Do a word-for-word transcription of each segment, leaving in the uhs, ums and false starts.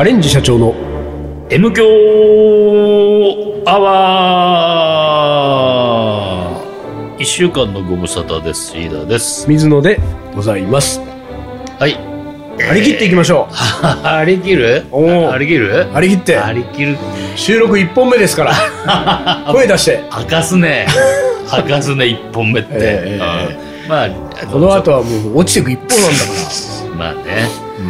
カレンジ社長の M 強アワー。いっしゅうかんのご無沙汰です。リーダーです。 水野でございます。 はい、 張り切っていきましょう。 張り切る張り切る張り切って張り切る。 収録いっぽんめですから声出して明かすね明かすねいっぽんめって、えーえー、まあこの後はもう落ちていく一方なんだからまあね、うん、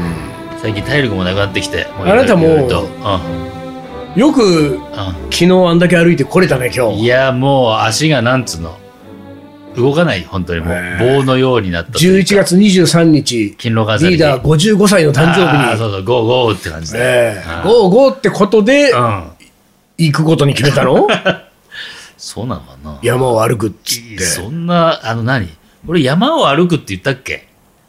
最近体力もなくなってきて、 あなたも、うん、よく、うん、昨日あんだけ歩いてこれたね今日。 いやもう足がなんつうの動かない。本当にもう棒のようになった。 じゅういちがつにじゅうさんにちリーダーごじゅうごさいの誕生日に、 あそうそうゴーゴーって感じで、 えー、ゴーゴーってことで、うん、行くことに決めたのそうなのかな。 山を歩くっつって。 そんなあの何俺山を歩くって言ったっけ。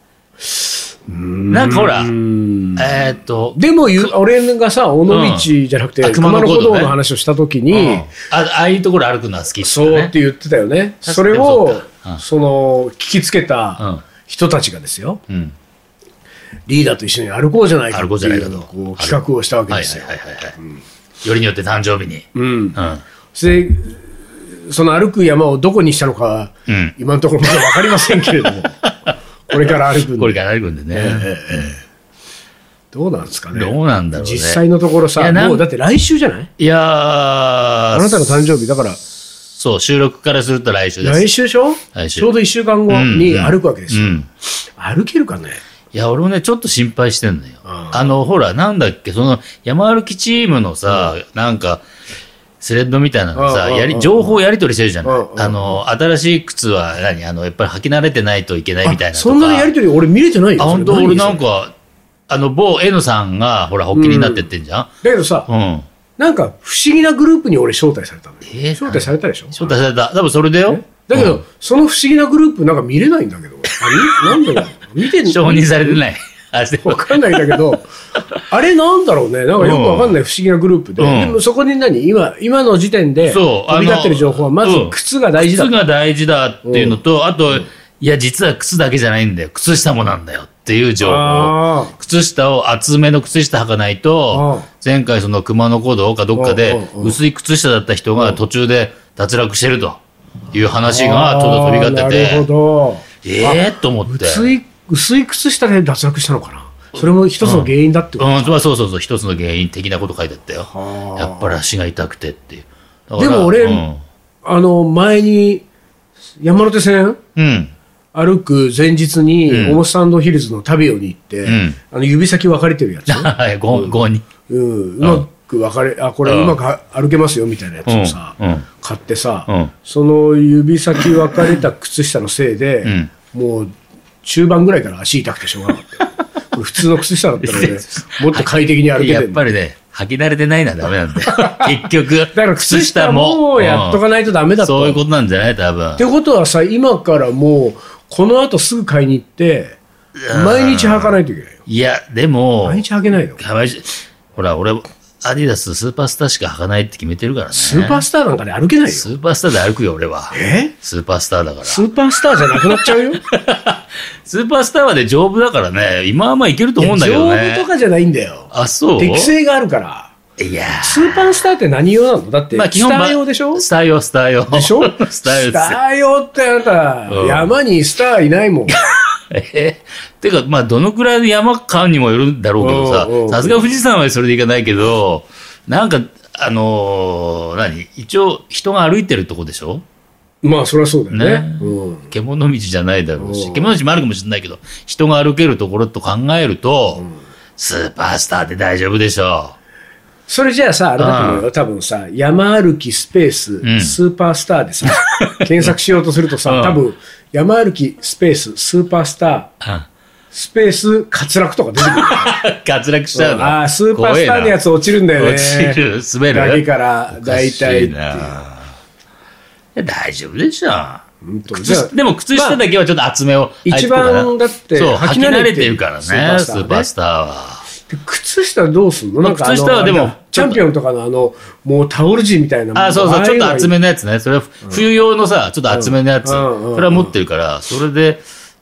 なんかほらえー、っとでも俺がさ尾道じゃなくて、うん、熊野古道の話をした時に、うん、 あ, ああいうところ歩くのは好きって、ね、 そうって言ってたよね。それを そ,、うん、その聞きつけた人たちがですよ、うん、リーダーと一緒に歩こうじゃないかっていうこう企画をしたわけですよ。 よりによって誕生日に、うんうん、 でその歩く山をどこにしたのか、うん、今のところまだ分かりませんけれどもこれから歩くんでこれから歩くんでね、えーえー、 どうなんですかね。 どうなんだろうね実際のところさ。もうだって来週じゃない。 いやあなたの誕生日だから。 そう収録からすると来週です。 来週でしょ。来週ちょうどいっしゅうかんごに歩くわけですよ、うんうん、歩けるかね。 いや俺もねちょっと心配してんのよ。あ, あのほらなんだっけその山歩きチームのさ、うん、なんかスレッドみたいなのさ、やり情報やり取りしてるじゃない。あの新しい靴は何あのやっぱり履き慣れてないといけないみたいなとか。 そんなやり取り俺見れてないよ。 あ本当俺なんかあの某 N さんがほら発起になってってんじゃん、うん、 だけどさ、うん、なんか不思議なグループに俺招待されたのよ、えー、招待されたでしょ。 招待された多分それだよ。 だけど、うん、その不思議なグループなんか見れないんだけどあれなんだろう見てんの承認されてないわかんないんだけどあれなんだろうね。なんかよくわかんない不思議なグループで、うん、でもそこに何 今, 今の時点で飛び立ってる情報はまず靴が大事だ、 うん、靴が大事だっていうのと、うん、あと、うん、いや実は靴だけじゃないんだよ靴下もなんだよっていう情報。靴下を厚めの靴下履かないと前回その熊野古道かどっかで薄い靴下だった人が途中で脱落してるという話がちょうど飛び交ってて、なるほどええー、と思って薄い薄い靴下で脱落したのかな。それも一つの原因だってこと、うんうん、 そうそうそう一つの原因的なこと書いてあったよ。やっぱり足が痛くてっていう。 でも俺、うん、あの前に山手線、うん、歩く前日に、うん、表参道ヒルズのタビオに行って、うん、あの指先分かれてるやつはいゴーに、 うん、うまく分かれあこれうまく歩けますよみたいなやつをさ、うん、買ってさ、うん、その指先分かれた靴下のせいで、うん、もう中盤ぐらいから足痛くてしょうがなかった普通の靴下だったらねもっと快適に歩けてる。 やっぱりね履き慣れてないのはダメなんだよ結局だから靴下もやっとかないとダメだと、 うん、そういうことなんじゃない多分。 ってことはさ今からもうこの後すぐ買いに行って毎日履かないといけないよ。 いやでも毎日履けないの。 ほら俺アディダススーパースターしか履かないって決めてるからね。 スーパースターなんかで歩けないよ。 スーパースターで歩くよ俺は。 えスーパースターだからスーパースターじゃなくなっちゃうよスーパースターはね丈夫だからね今はまあいけると思うんだけどね。 丈夫とかじゃないんだよ。 あそう適性があるから。いやスーパースターって何用なの。だって、まあ、基本スター用でしょ。 スター用スター用でしょスター用スター用ってあなた、うん、山にスターいないもんえー、てかまあどのくらいの山かにもよるんだろうけどささすが富士山はそれでいかないけどなんかあのー、何一応人が歩いてるとこでしょ。 まあそりゃそうだよ ね, ね、うん、獣道じゃないだろうし獣道もあるかもしれないけど人が歩けるところと考えると、うん、スーパースターで大丈夫でしょう。 それじゃあさあれだと思うよ、うん、多分さ山歩きスペース、うん、スーパースターでさ検索しようとするとさ、うん、多分山歩きスペーススーパースター、うんスペース滑落とか出てくる滑落しちゃうの。 ああスーパースターのやつ落ちるんだよね。 落ちる滑る崖から大体っていう。いや大丈夫でしょ。靴でも靴下だけはちょっと厚めを履いてくから、まあ、一番だって履き慣れてるからねスーパースター、ね、スーパースターは。 靴下どうすんの。なんか靴下はでもチャンピオンとかのあのもうタオル地みたいな。 あそうそうちょっと厚めのやつね。それは冬用のさちょっと厚めのやつ、うん、それは持ってるからそれで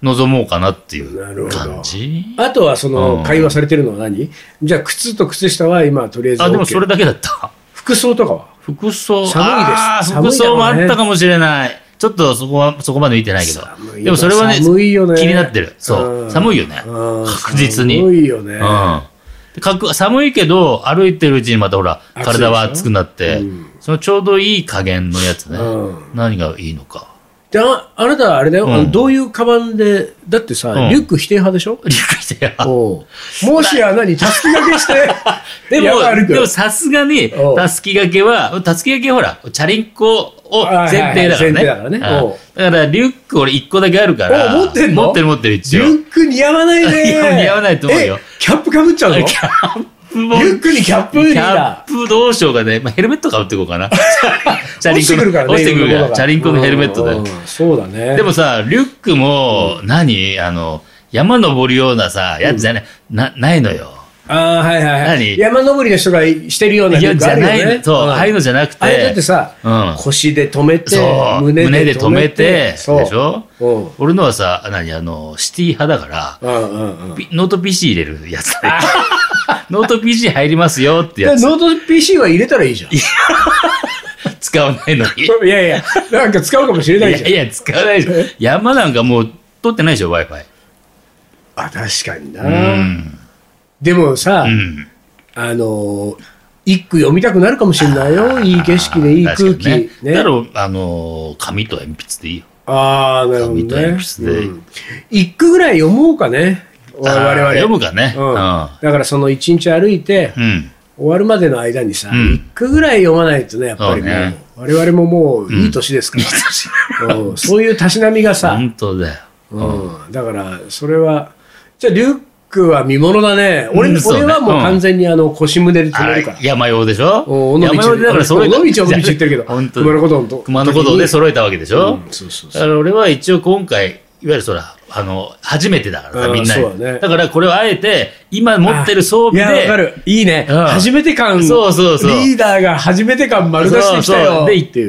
臨もうかなっていう感じ。 あとはその会話されてるのは何？じゃあ靴と靴下は今とりあえず OK。 あ、でもそれだけだった。 服装とかは？ 服装、 寒いです。 服装もあったかもしれない。ちょっとそこは、そこまで見てないけど。でもそれはね、 寒いよね。 気になってる。そう。寒いよね。確実に。 寒いよね。 うん。寒いけど、歩いてるうちにまたほら、体は熱くなって、そのちょうどいい加減のやつね。何がいいのか。 で、あ、あなたはあれだよ、うん、どういうカバンで、だってさ、うん、リュック否定派でしょ？ リュック否定派。 もしや何、たすき掛けして、 でも、でもさすがに、たすき掛けは、たすき掛けほら、チャリンコを前提だからね。前提だからね。だから、リュック俺いっこだけあるから。 持ってんの？ 持ってる持ってる一応。 リュック似合わないね。 似合わないと思うよ。 キャップかぶっちゃうの？ キャップリュックにキャップいいだ。キャップどうしようかね。まあ、ヘルメットかぶっていこうかな。 チャリンコ。落ちてくるからね。 落ちてくるから。チャリンコのヘルメットだよ。 そうだね。 でもさ、リュックも、何あの、山登るようなさ、やつじゃない、な、ないのよ。 ああ、はいはい。何山登りの人がしてるようなリュックあるよね。いや、じゃないの。そう、ああいうのじゃなくて。あれだってさ、腰で止めて、胸で止めて、でしょ？俺のはさ、何あの、シティ派だから、ノート ピーシー 入れるやつだよ。ノート ピーシー 入りますよってやつ。 ノート ピーシー は入れたらいいじゃん。 使わないのに。 いやいや、なんか使うかもしれないじゃん。 いやいや、使わないじゃん。山なんかもう取ってないでしょ、Wi-Fi。 あ、確かにな。でもさ、あの、一句読みたくなるかもしれないよ。いい景色でいい空気。ね。 だから、あの、紙と鉛筆でいいよ。 ああ、なるほどね。 紙と鉛筆で。 一句ぐらい読もうかね。我々。 読むかね。 だからその一日歩いて、終わるまでの間にさ、一句ぐらい読まないとね、やっぱりもう、我々ももういい年ですから。そういうたしなみがさ。 本当だよ。 だから、それは、じゃあ、リュックは見物だね。俺はもう完全にあの腰胸で止めるから。 山用でしょ？ 山用でだから揃えた。 尾道尾道言ってるけど、熊野古道と。 熊野古道で揃えたわけでしょ？だから俺は一応今回、いわゆるそら、あの、初めてだからさ、みんなに。だからこれをあえて、今持ってる装備で。 いや、わかる。いいね。初めて感。 そうそうそう。 リーダーが初めて感丸出してきたよ。 で、行って、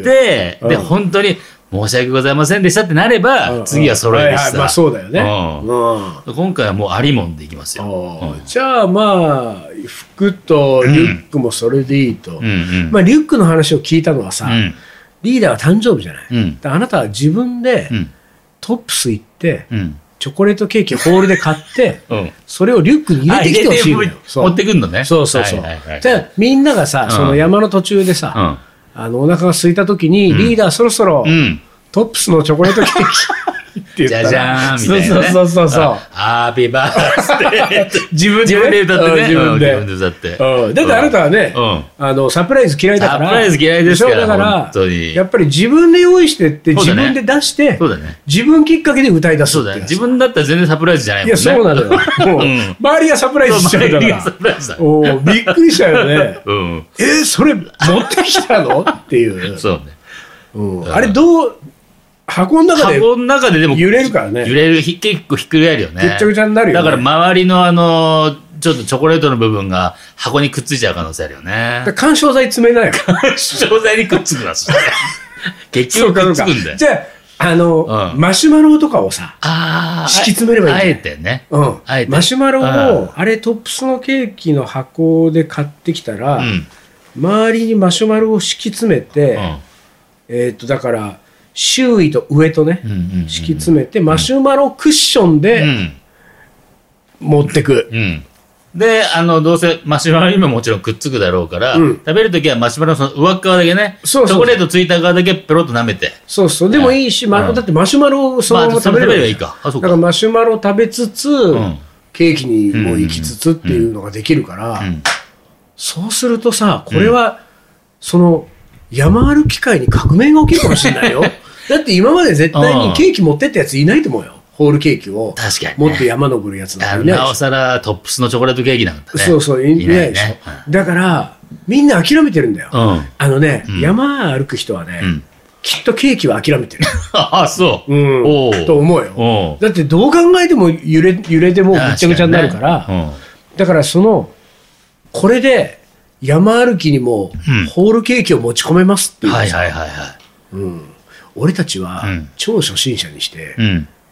で、本当に、申し訳ございませんでしたってなれば、次は揃えるしさ。 まあそうだよね。 今回はもうありもんでいきますよ。 じゃあまあ、服とリュックもそれでいいと。まあリュックの話を聞いたのはさ、リーダーは誕生日じゃない。あなたは自分でトップス行って、チョコレートケーキホールで買って、それをリュックに入れてきてほしいのよ。 持ってくんのね。 そうそうそう。じゃあみんながさ、その山の途中でさ、あのお腹が空いた時に、リーダーそろそろトップスのチョコレートケーキって言ったら、 じゃじゃーんみたいな、 ね、そうそうそうそう。 ハッピーバースデー自分で、ね、 自分で歌ってね。 自分で。 自分で歌って。 だってあなたはね、あのサプライズ嫌いだから。 サプライズ嫌いですから。 だからやっぱり自分で用意してって自分で出して、 そうだね。 自分きっかけで歌い出す。 そうだね。自分だったら全然サプライズじゃないもんね。 いやそうなのよ。周りがサプライズしちゃうから。周りがサプライズだ。おびっくりしたよね。えそれ持ってきたのっていう。 そうね。あれどう。箱の中で箱の中ででも揺れるからね。 揺れる、結構ひっくり返るよね。 ぐっちゃぐちゃになるよね。 だから周りのあの、ちょっとチョコレートの部分が箱にくっついちゃう可能性あるよね。 緩衝材詰めないよ。 緩衝材にくっつくな、それ。結局くっつくんだよ。 じゃあ、あの、マシュマロとかをさ、敷き詰めればいい。 あえてね。 うん。あえて。マシュマロを、あれトップスのケーキの箱で買ってきたら、周りにマシュマロを敷き詰めて、えっと、だから、周囲と上とね、敷き詰めて、マシュマロクッションで持ってく。 で、あの、どうせマシュマロにももちろんくっつくだろうから、食べるときはマシュマロのその上側だけね、チョコレートついた側だけペロッと舐めて。 そうそう。でもいいし、だってマシュマロをそのまま食べればいいか。だからマシュマロ食べつつ、ケーキにも行きつつっていうのができるから、そうするとさ、これは、その、山歩き会に革命が起きるかもしれないよ。だって今まで絶対にケーキ持ってったやついないと思うよ。ホールケーキを持って山登るやつなんていない。 なおさらトップスのチョコレートケーキなんだね。 そうそう、いないでしょ。だから、みんな諦めてるんだよ。あのね、山歩く人はね、きっとケーキは諦めてる。 ああ、そう。 うん。と思うよ。だってどう考えても揺れ、揺れてもぐっちゃぐちゃになるから、だからその、これで、山歩きにもホールケーキを持ち込めますっていう。 はいはいはいはい。 俺たちは超初心者にして、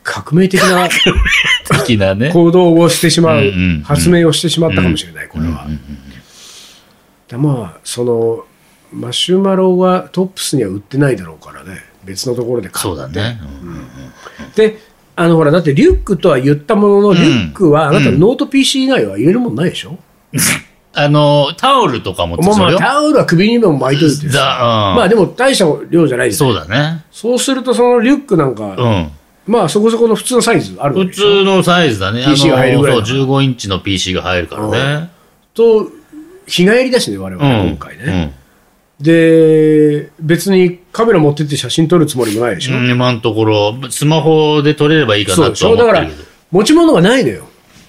革命的な的なね行動をしてしまう、 うんうん、 発明をしてしまったかもしれない、これは。 うんうんうん、 でまあそのマシュマロはトップスには売ってないだろうからね、別のところで買って。 そうだね、 うんうんうん、であのほらだってリュックとは言ったものの、リュックはあなたノート ピーシー 以外は入れるもんないでしょ、うん、 あのタオルとかもまあまあタオルは首にも巻いといてさ、うん、まあでも大した量じゃないですよ。そうだね。 そうするとそのリュックなんか、うん、まあそこそこの普通のサイズあるわけでしょ。 普通のサイズだね。 ピーシー が入るぐらい、 そうじゅうごインチの ピーシー が入るからね、うん、 と日帰りだしね我々、うん、今回ね、うん、で別にカメラ持ってって写真撮るつもりもないでしょ、うん、 今のところスマホで撮れればいいかなと思ってるけど。 だから持ち物がないのよ。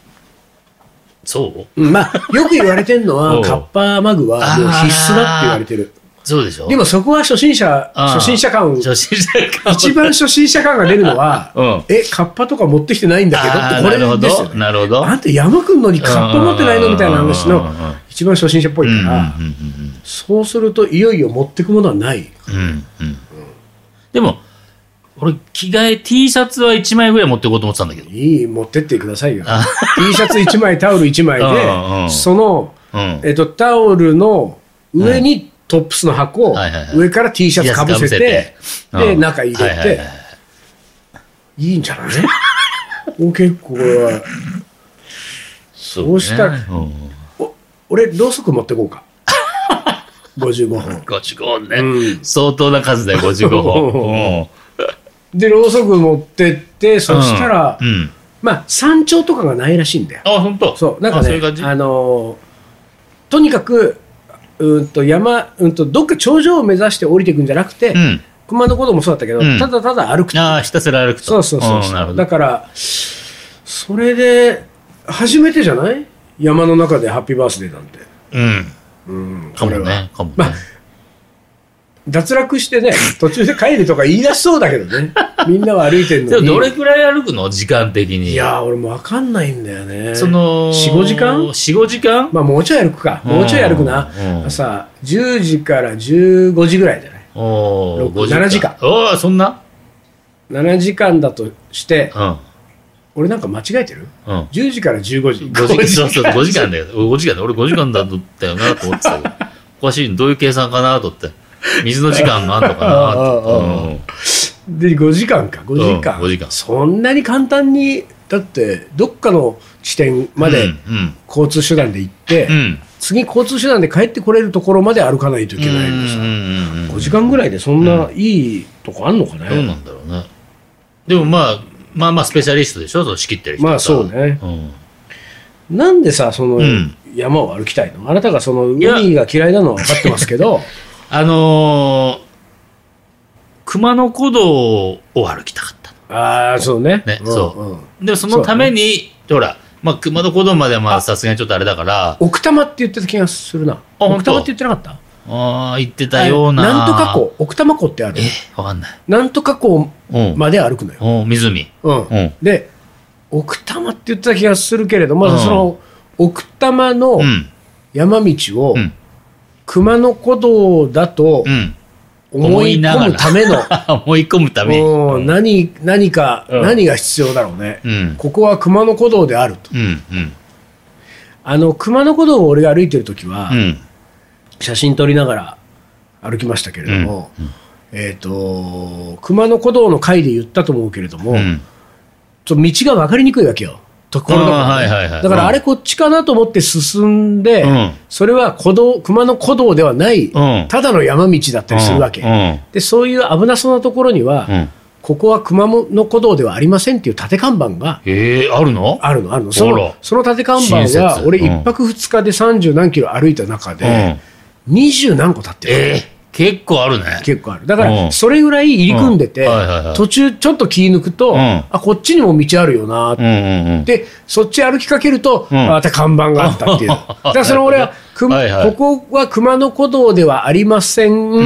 そう、 うん、まあよく言われてるのはカッパーマグはもう必須だって言われてる。 そうでしょ。 でもそこは初心者初心者感初心者感一番初心者感が出るのは、うん、えカッパとか持ってきてないんだけどってこれですよね。 なるほど。 あんた山くんのにカッパ持ってないのみたいな話の一番初心者っぽいから、そうするといよいよ持ってくものはない、うんうんうん、 でも俺着替え T シャツはいちまいぐらい持っていこうと思ってたんだけど。 いい持ってってくださいよ。T シャツいちまいタオルいちまいでうん、うん、その、うんえっと、タオルの上にトップスの箱を上から T シャツかぶせて、で中入れて、はいはいはい、いいんじゃないお結構これはそう、ね、そうしたら、うん、お俺ろうそく持ってこうかごじゅうごほん。 ごじゅうごほんね、うん、相当な数だよごじゅうごほんでろうそく持ってって、そしたら、うんうん、まあ山頂とかがないらしいんだよ。 あ本当。 そうなんかね あ, あのとにかくうんと山うんとどっか頂上を目指して降りていくんじゃなくて、うん、熊野古道もそうだったけど、うん、ただただ歩くと。 あひたすら歩くと。 そうそうそうそう。だからそれで初めてじゃない山の中でハッピーバースデーなんて。 うん、うん、かもねかもね、まあ脱落してね途中で帰るとか言い出しそうだけどねみんなは歩いてるのに。 でもどれくらい歩くの時間的に。 いや俺も分かんないんだよね。 その よん,ご 時間 よん,ご 時間まあもうちょい歩くか、もうちょい歩くな、うん、朝じゅうじからじゅうごじぐらいじゃない。 おーななじかん。 おそんなななじかんだとして、うん、俺なんか間違えてる、うん、じゅうじからじゅうごじ。 ごじそうそうごじかんだよごじかんだ俺ごじかんだったよなと思ってたけどおかしいどういう計算かなと思って水の時間があるのかなと、 うん、でごじかんかごじかん、うん、ごじかんそんなに簡単にだってどっかの地点まで交通手段で行って、うんうん、次交通手段で帰ってこれるところまで歩かないといけないのさ、うんうんうん、ごじかんぐらいでそんないいとこあんのかね、 うん、どうなんだろうね。でもまあまあまあスペシャリストでしょその仕切ってる人。 まあそうね、うん、なんでさその山を歩きたいの、あなたがその海が嫌いなのは分かってますけどあのー、熊野古道を歩きたかったの。 ああそうね。ね、 うん、そう、うん、でもそのために、ね、ほら、まあ、熊野古道まではまあさすがにちょっとあれだから。 奥多摩って言ってた気がするな。奥多摩って言ってなかった？ ああ言ってたような。 なんとか湖奥多摩湖ってある。 えわかんない。 なんとか湖まで歩くのよ。 うん、湖。 うん。うん、で奥多摩って言ってた気がするけれども、まずその奥多摩の山道を、うん熊野古道だと思い込むための、うん、 思い込むために、 うん、何, 何か、うん、何が必要だろうね、うん、ここは熊野古道であると、うんうん、あの熊野古道を俺が歩いてる時は、うん、写真撮りながら歩きましたけれども、うんうん、えーと熊野古道の回で言ったと思うけれども、うん、ちょっと道が分かりにくいわけよところどころ、はいはいはい、だからあれこっちかなと思って進んで、うん、それは古道熊野古道ではない、うん、ただの山道だったりするわけ、うん、でそういう危なそうなところには、うん、ここは熊野古道ではありませんっていう縦看板が、 えー、あるのあるのあるのその、その縦看板は俺いっぱくふつかでさんじゅうなんキロ歩いた中でにじゅうなんこ立ってる、 えー結構あるね。 結構ある。だからそれぐらい入り組んでて、うんはいはいはい、途中ちょっと気抜くと、うん、あこっちにも道あるよなって、うんうんうん、でそっち歩きかけると、うん、また看板があったっていう。だからその俺は、はいはい、ここは熊野古道ではありません、うんうん、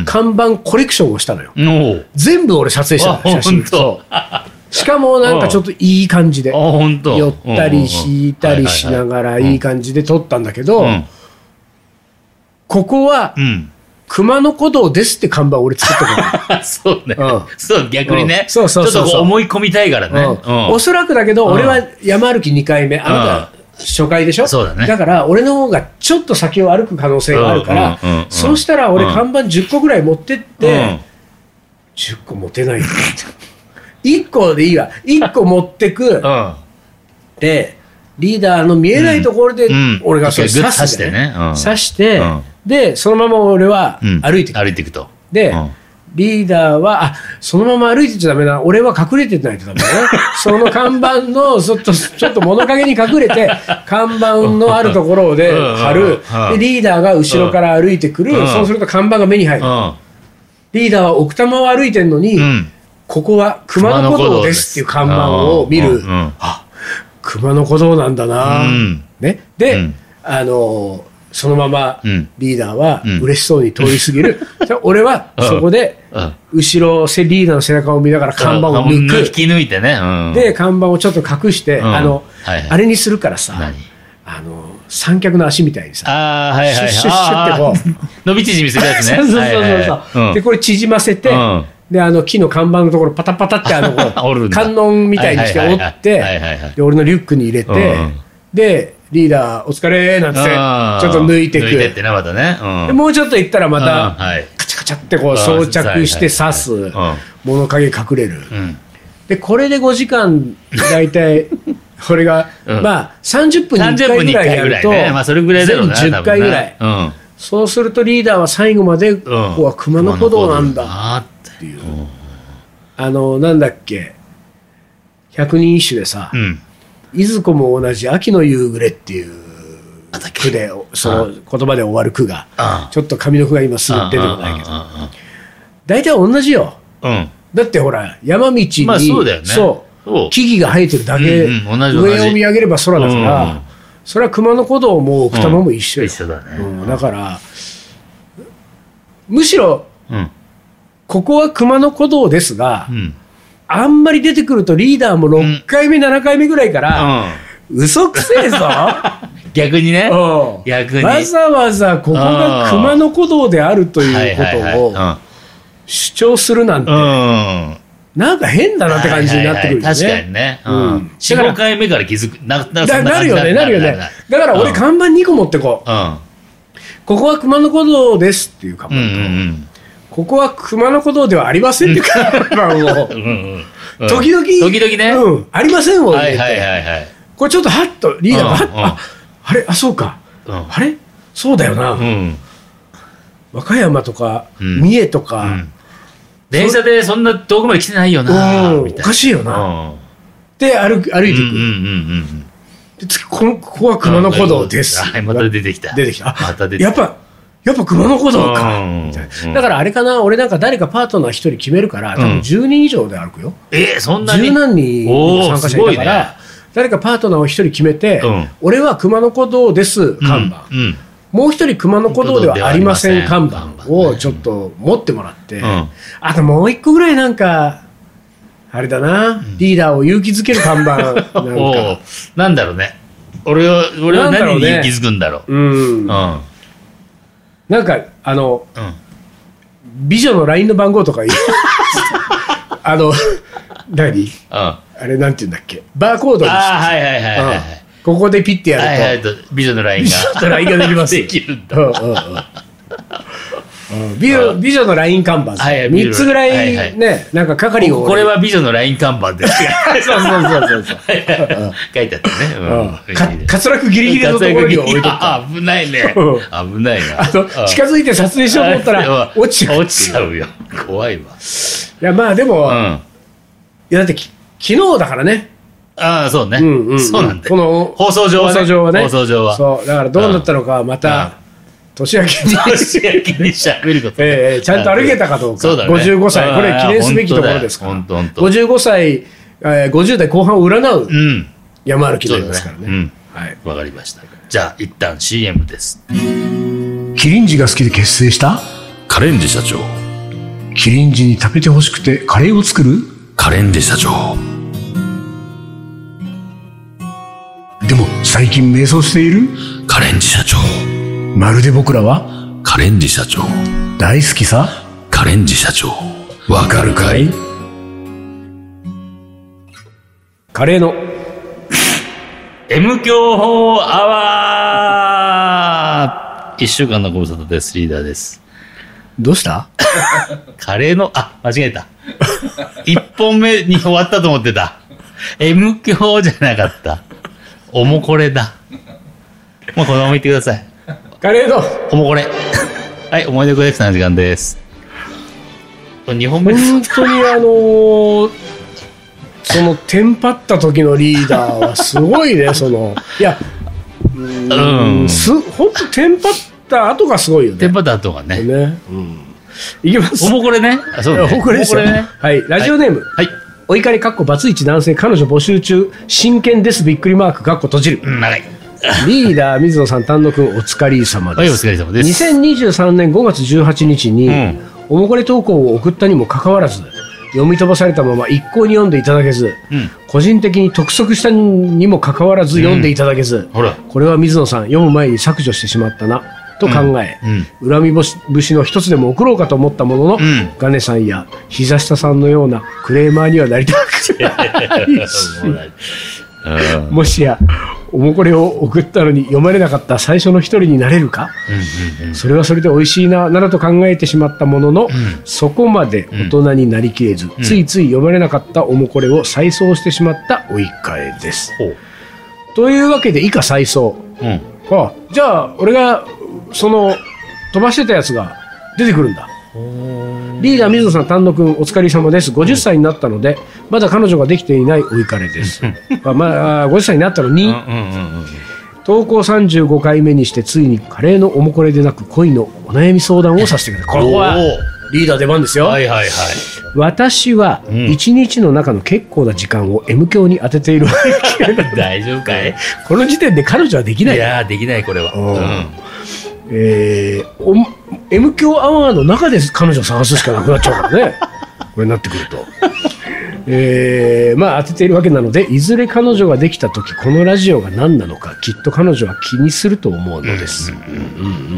看板コレクションをしたのよ。うん、全部俺撮影したの写真。そうしかもなんかちょっといい感じで寄ったり引いたりしながらいい感じで撮ったんだけど、うん、ここは、うん熊野古道ですって看板俺作ったから。 そうね、うん。そう、逆にね。 うん、そうそうそうそう。 ちょっと思い込みたいからね。うんうん、おそらくだけど、俺は山歩きにかいめ、あなた初回でしょ。 そうだね。 だから、俺の方がちょっと先を歩く可能性があるから、うんうんうん、そうしたら俺看板じゅっこぐらい持ってって、うん、じゅっこ持てないんだ。いっこでいいわ。いっこ持ってく。うん、で、リーダーの見えないところで、俺がそれ刺して、ね、刺して、うん、で、そのまま俺は歩いていく。 歩いていくと。 で、うん、リーダーは、あ、そのまま歩いてちゃダメだな。俺は隠れてないとダメだね。その看板の、ちょっと、ちょっと物陰に隠れて、看板のあるところで貼る。で、リーダーが後ろから歩いてくる。そうすると看板が目に入る。リーダーは奥多摩を歩いてるのに、うん、ここは熊野古道ですっていう看板を見る。あ、熊野古道なんだな、うん、ね。で、うん、あのー、そのままリーダーは嬉しそうに通り過ぎる。うん、俺はそこで、後ろ、リーダーの背中を見ながら看板を抜く。 引き抜いてね。うん、 で、看板をちょっと隠して、うん、あの、はいはい、あれにするからさ、あの、三脚の足みたいにさ、 あ、はいはいはい、 シュッシュッシュッってこう、伸び縮みするやつね。 そうそうそうそう、はいはい、で、これ縮ませて、うん、で、あの木の看板のところパタパタってあの観音みたいにして折って、で、俺のリュックに入れて、うん、で、リーダーお疲れーなんてちょっと抜いてく。 抜いてってね、またね。うん、 でもうちょっと行ったらまた、はい、カチャカチャってこう装着して刺す、物陰隠れる。うん、で、これでごじかん大体、これが、うん、まあさんじゅっぷんにいっかいぐらいやると、 ね、まあ、それぐらいだろうな、 全じゅっかいぐらい、ね、うん、そうするとリーダーは最後まで、うん、ここは熊野古道なんだっていう、うん、あのなんだっけ百人一首でさ、うん、いずこも同じ秋の夕暮れっていう句で、その言葉で終わる句が、うん、ちょっと上の句が今すぐ出てこないけど、大体同じよ、うん、だってほら山道に、 まあそうだよね、 そう木々が生えてるだけ、うんうん、同じ同じ上を見上げれば空だから、うんうん、それは熊野古道も奥多摩も一緒よ、うん、 一緒だね、 うん、だからむしろ、うん、ここは熊野古道ですが、うん、あんまり出てくるとリーダーもろっかいめ、うん、ななかいめぐらいから、うん、嘘くせえぞ逆にね、うん、逆にわざわざここが熊野古道であるということを主張するなんて、うん、なんか変だなって感じになってくるよね。 確かにね。うん。よん、ごかいめから気づく。な、な、 な、なるよね、なるよね。だから俺看板にこ持ってこう。うん。ここは熊野古道ですっていう看板と、うんうんうん、ここは熊野古道ではありませんっていう看板を、うんうんうん、時々、 時々ね。 うん。ありませんを入れて。 はいはいはいはい。 これちょっとハッとリーダーがハッと、うんうん、あ、あれ、あ、そうか。うん、あれそうだよな。うん。和歌山とか、うん、三重とか、うん電車でそんな遠くまで来てないよなみたいな。 おかしいよな。で歩く歩いていく。うんうんうんうん、でこ, ここは熊野古道です。 はい、また出てきた。 出てきた。 また出てきた。 やっぱやっぱ熊野古道か。みたいな。だからあれかな、俺なんか誰かパートナー一人決めるから、多分じゅうにん以上で歩くよ。 うん、えー、そんなに？ 十何人参加者いたから、ね、誰かパートナーを一人決めて、うん、俺は熊野古道です看板。うんうんもう一人熊野古道ではありません看板をちょっと持ってもらって、うん、あともう一個ぐらいなんかあれだな、うん、リーダーを勇気づける看板なんかなんだろうね俺は俺は何に勇気づくんだろう、うん、うん、 なんかあの、うん、美女の ライン の番号とかあの何、うん、あれなんていうんだっけバーコードにしてあはいはいはいはい、はいうんここでピッてやると、はいはい、 美女のラインが美女のラインができます。 できるんだ。 うんうんうん美女、美女のライン看板、はいはい、みっつぐらいね、はいはい、なんか係をこれは美女のライン看板ですそうそうそうそうそう書いてあったね、うん、 か滑落ギリギリのところに置いてた危ないね危ないなあの近づいて撮影しようと思ったら落ちちゃう落ちちゃうよ怖いわいやまあでも、うん、いやだってき昨日だからねああそうね、うんうんうん、そうなんだこの放送上はね放送上はね放送上はそうだからどうなったのかまた年明けに年明けに喋ること、 えー、ちゃんと歩けたかどうかそうだ、ね、 ごじゅうごさいこれ記念すべきところですから本当本当ごじゅうごさい、えー、ごじゅう代後半を占う山歩きになりますからね、うんねうん、はいわかりましたじゃあ一旦 シーエム ですキリンジが好きで結成したカレンジ社長キリンジに食べてほしくてカレーを作るカレンジ社長でも最近迷走しているカレンジ社長まるで僕らはカレンジ社長。 大好きさ。 カレンジ社長。わかるかい？ カレーの M 強法アワー。一週間のご無沙汰です。リーダーです。 どうした？ カレーの、あ、間違えた。一本目に終わったと思ってた。M 強じゃなかった。おもこれだ。もうこのまま言ってください。 カレーのおもこれ。はい、思い出コレクターの時間です。にほんめ本当にあのー、そのテンパった時のリーダーはすごいね。そのいやうーん、す本当テンパった後がすごいよね。 テンパった後がね。 ね、うん、いきます。 おもこれね。あ、そうね。 おもこれですよね。はい、ラジオネーム。はい。はい、お怒りかっこバツイチ男性彼女募集中真剣ですびっくりマークかっこ閉じる。 うん、長い。 リーダー水野さん丹野くんお疲れ様です。 はい、お疲れ様です。 にせんにじゅうさんねんごがつじゅうはちにちに、うん、おもこれ投稿を送ったにもかかわらず読み飛ばされたまま一向に読んでいただけず、うん、個人的に督促したにもかかわらず読んでいただけず、うん、ほらこれは水野さん読む前に削除してしまったなと考え、うんうん、恨み節の一つでも送ろうかと思ったものの、うん、ガネさんや膝下さんのようなクレーマーにはなりたくないしもしやおもこれを送ったのに読まれなかった最初の一人になれるか、うんうんうん、それはそれで美味しいななどと考えてしまったものの、うん、そこまで大人になりきれず、うん、ついつい読まれなかったおもこれを再送してしまったおいかえです、うん、というわけで以下再送、うん、あじゃあ俺がその飛ばしてたやつが出てくるんだ。リーダー水野さん丹野くんお疲れ様です。ごじゅっさいになったのでまだ彼女ができていないお怒りです。まあ、まあ、ごじゅっさいになったのに投稿さんじゅうごかいめにしてついにカレーのおもこれでなく恋のお悩み相談をさせてください。ここはリーダー出番ですよ。はいはいはい。私はいちにちの中の結構な時間を M 響に当てているわけ大丈夫かい？ この時点で彼女はできない。 いやできないこれは。うんえー、お M 響アワーの中で彼女を探すしかなくなっちゃうからねこれになってくると、えー、まあ当てているわけなのでいずれ彼女ができた時このラジオが何なのかきっと彼女は気にすると思うのです、うんうんうん、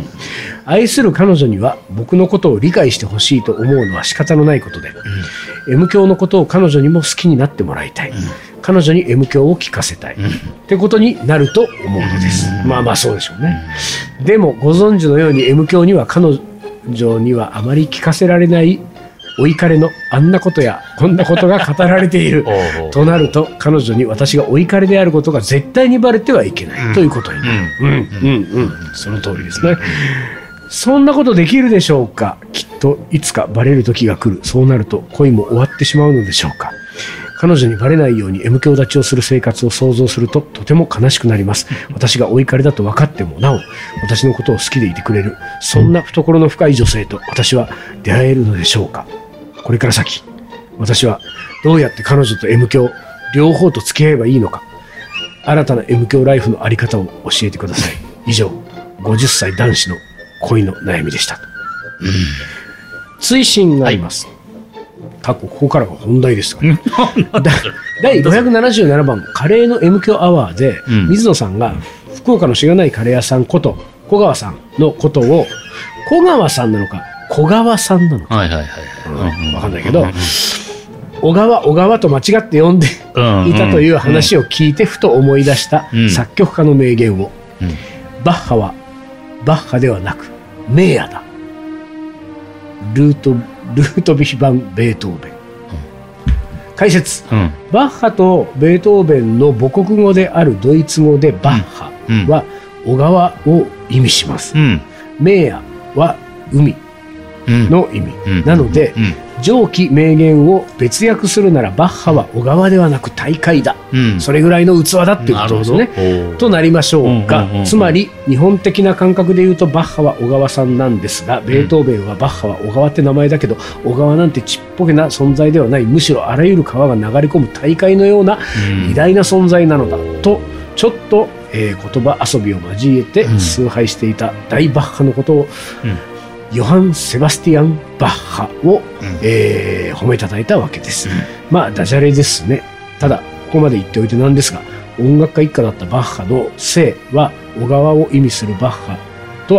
愛する彼女には僕のことを理解してほしいと思うのは仕方のないことで、うん、M 響のことを彼女にも好きになってもらいたい、うん、彼女に M 響を聞かせたい、うん、ってことになると思うのです、うん、まあまあそうでしょうね、うん、でもご存知のように M 響には彼女にはあまり聞かせられないお怒りのあんなことやこんなことが語られているとなると彼女に私がお怒りであることが絶対にバレてはいけない、うん、ということになる、うんうんうんうん、その通りですね、うん、そんなことできるでしょうか。きっといつかバレる時が来る。そうなると恋も終わってしまうのでしょうか。彼女にバレないように M 響立ちをする生活を想像するととても悲しくなります。私がお怒りだと分かってもなお私のことを好きでいてくれるそんな懐の深い女性と私は出会えるのでしょうか。これから先私はどうやって彼女と M 響両方と付き合えばいいのか。新たな M 響ライフのあり方を教えてください。以上ごじゅっさい男子の恋の悩みでした、うん、追伸があります、はい。過去ここからが本題ですからだいごひゃくななじゅうななばんカレーの M 響アワーで、うん、水野さんが福岡のしがないカレー屋さんこと小川さんのことを小川さんなのか小川さんなのか、はいはいはい、うん、分かんないけど、うん、小川小川と間違って呼んでいたという話を聞いてふと思い出した作曲家の名言を、うん、バッハはバッハではなくメーヤだ。ルートルートヴィヒ版ベートーベン、うん、解説、うん、バッハとベートーベンの母国語であるドイツ語でバッハは小川を意味します、うん、メーヤは海の意味、うん、なので、うんうん、上記名言を別訳するならバッハは小川ではなく大海だ、うん、それぐらいの器だっていうことですねとなりましょうが、うんうんうんうん、つまり日本的な感覚で言うとバッハは小川さんなんですが、ベートーベンはバッハは小川って名前だけど小川なんてちっぽけな存在ではない、むしろあらゆる川が流れ込む大海のような偉大な存在なのだ、うん、とちょっと、えー、言葉遊びを交えて崇拝していた大バッハのことを、うんヨハン・セバスティアン・バッハを、うんえー、褒めたたえたわけです、うん、まあダジャレですね。ただここまで言っておいてなんですが、音楽家一家だったバッハの姓は小川を意味するバッハとは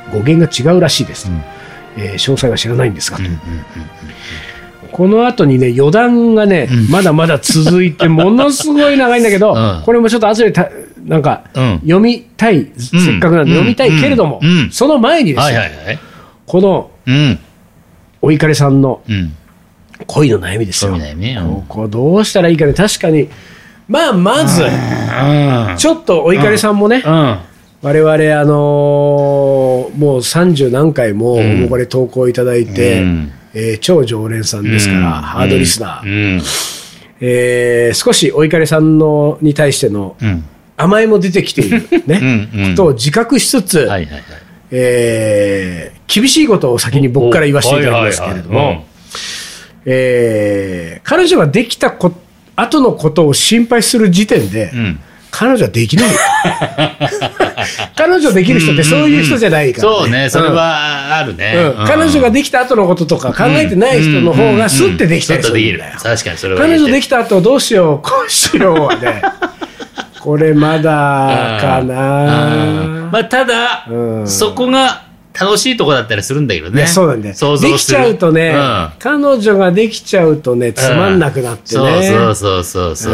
語源が違うらしいです、うんえー、詳細は知らないんですが、うんうんうんうん、この後にね余談がね、うん、まだまだ続いてものすごい長いんだけど、うん、これもちょっと後でたなんか、うん、読みたい、せっかくなんで読みたいけれども、うんうん、その前にですね、はいはいはい、この、うん、お怒りさんの恋の悩みですよ、恋の悩み、うん、ここどうしたらいいかね。確かにまあまず、うん、ちょっとお怒りさんもね、うんうん我々、あのー、もうさんじゅう何回ももうこれ投稿いただいて、うんえー、超常連さんですから、うん、ハードリスナー、うんえー、少しお怒りさんのに対しての甘えも出てきている、ねうん、ことを自覚しつつ、はいはいはいえー、厳しいことを先に僕から言わせていただきますけれども、えー、彼女ができたこ後のことを心配する時点で、うん彼女はできない彼女できる人ってそういう人じゃないから、ねうんうん、そうねそれはあるね、うんうん、彼女ができた後のこととか考えてない人の方がスッてできたりするんだよ、確かにそれは彼女できた後どうしようこうしようはねこれまだかなまあただ、うん、そこが楽しいとこだったりするんだけどね。 そうなんだよ。できちゃうとね、うん、彼女ができちゃうとねつまんなくなってね、 うん、そうそうそうそう、うん、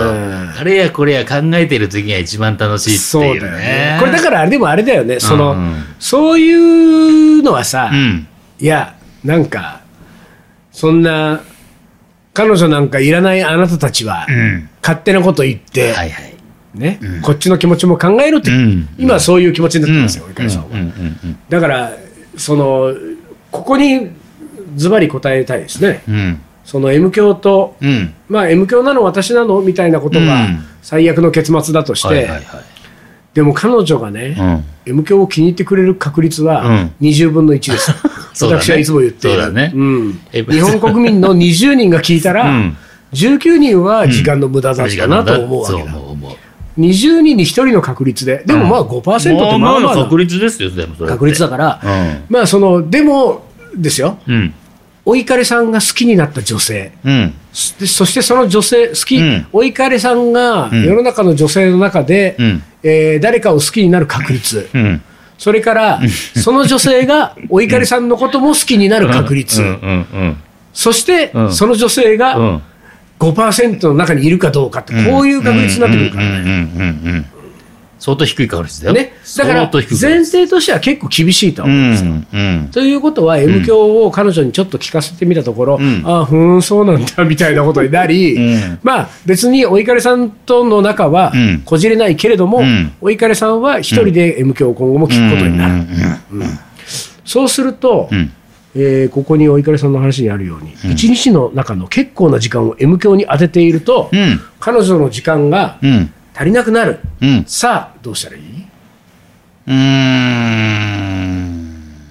あれやこれや考えてる時が一番楽しいっていうね。そうだよね。 これだからあれでもあれだよね、その、うん、そういうのはさ、うん、いやなんかそんな彼女なんかいらないあなたたちは、うん、勝手なこと言って、はいはいねうん、こっちの気持ちも考えろって、うん、今はそういう気持ちになってますよ、お怒りさんは。だからそのここにズバリ答えたいですね、うん、その M 教と、うん、まあ M 教なの私なのみたいなことが最悪の結末だとして、うんはいはいはい、でも彼女がね、うん、M 教を気に入ってくれる確率はにじゅうぶんのいちです、うん、私はいつも言っている、ねうん、日本国民のにじゅうにんが聞いたら、うん、じゅうきゅうにんは時間の無駄だったなと思うわけだ、うんにじゅうにんにひとりの確率で、でもまあ ごパーセント ってまあまあ確率ですよ、でもそれ確率だから、うん、まあそのでもですよ、うん、お怒りさんが好きになった女性、うん、でそしてその女性好き、うん、お怒りさんが世の中の女性の中で、うんえー、誰かを好きになる確率、うん、それからその女性がお怒りさんのことも好きになる確率、そして、うん、その女性が、うんごパーセント の中にいるかどうかってこういう確率になってくるからね。 相当低い確率だよ、 ね、だから前提としては結構厳しいと思うんですよ、うんうん、ということは M 教を彼女にちょっと聞かせてみたところ、うん、ああふーんそうなんだみたいなことになり、うん、まあ別にお怒りさんとの仲はこじれないけれども、うん、お怒りさんは一人で M 教を今後も聞くことになる、うんうん、そうすると、うんえー、ここにお怒りさんの話にあるように、うん、いちにちの中の結構な時間を M 教に当てていると、うん、彼女の時間が足りなくなる、うん、さあどうしたらいい？ うーん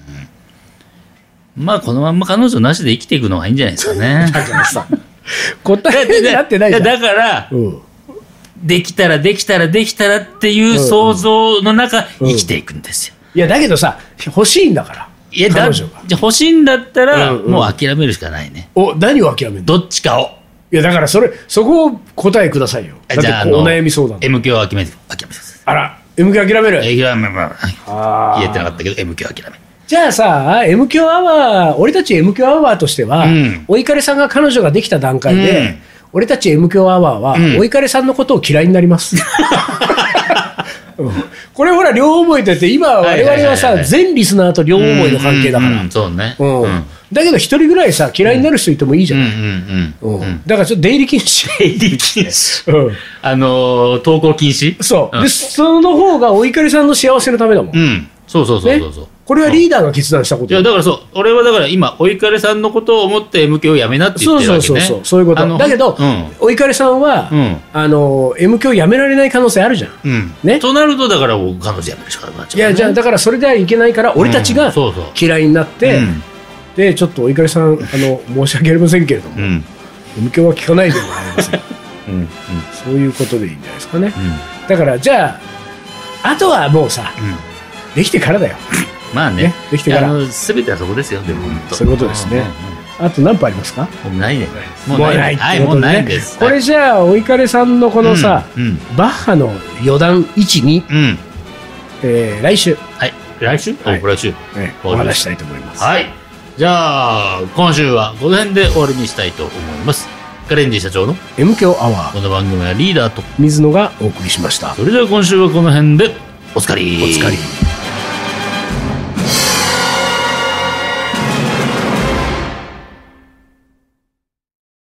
まあこのまんま彼女なしで生きていくのがいいんじゃないですかねだからさ答えになってないじゃん。 だから、うん、できたらできたらできたらっていう想像の中、うん、生きていくんですよ、 いやだけどさ欲しいんだからいやだじゃ欲しいんだったら、うんうん、もう諦めるしかないね。 お何を諦めるの？ どっちかを。 いやだからそれそこを答えくださいよ。だってお悩み相談 M 教を諦めて諦めてあら M 教諦める諦めまあ言えてなかったけど M 教諦めじゃあさ M 教アワー俺たち M 教アワーとしては、うん、お怒りさんが彼女ができた段階で、うん、俺たち M 教アワーは、うん、お怒りさんのことを嫌いになりますうん、これほら両思いと言って今我々はさ全リスナーと両思いの関係だから、うんうん、そうね、うんうん、だけど一人ぐらいさ嫌いになる人いてもいいじゃない、うんうんうんうん、だからちょっと出入り禁止出入り禁止、うん、あのー、投稿禁止そう、うん、でその方がお怒りさんの幸せのためだもん、うん、 そうそうそうそうそう、ね、 これはリーダーが決断したこと、 うん、いやだからそう俺はだから今お怒りさんのことを思って M 教をやめなって言ってるわけね。そうそうそうそうそういうことだけど、うん、お怒りさんは、うん、あの M 教をやめられない可能性あるじゃん、うんね、 となるとだから彼女やめるしかなくなっちゃう、ね、 いやじゃあだからそれではいけないから俺たちが嫌いになって、うん、でちょっとお怒りさんあの申し訳ありませんけれども、うん、M 教は聞かないでもらえませんうん、うん、そういうことでいいんじゃないですかね、うん、だからじゃああとはもうさ、うん、できてからだよまあ ね, ねできてからすべてはそこですよ。でもそういうことですね、うん、あと何分ありますか？ もうないねもうないはいもうないんです。これじゃあお怒りさんのこのさ、うんうん、バッハの余談いち、に、うんえー、来週、はい来週、はい、来週、 ね、お話したいと思います。 はい。じゃあ今週はこの辺で終わりにしたいと思います。カレンジ社長のエム 強アワー。 この番組はリーダーと水野がお送りしました。 それでは今週はこの辺でおつかり。 おつかり。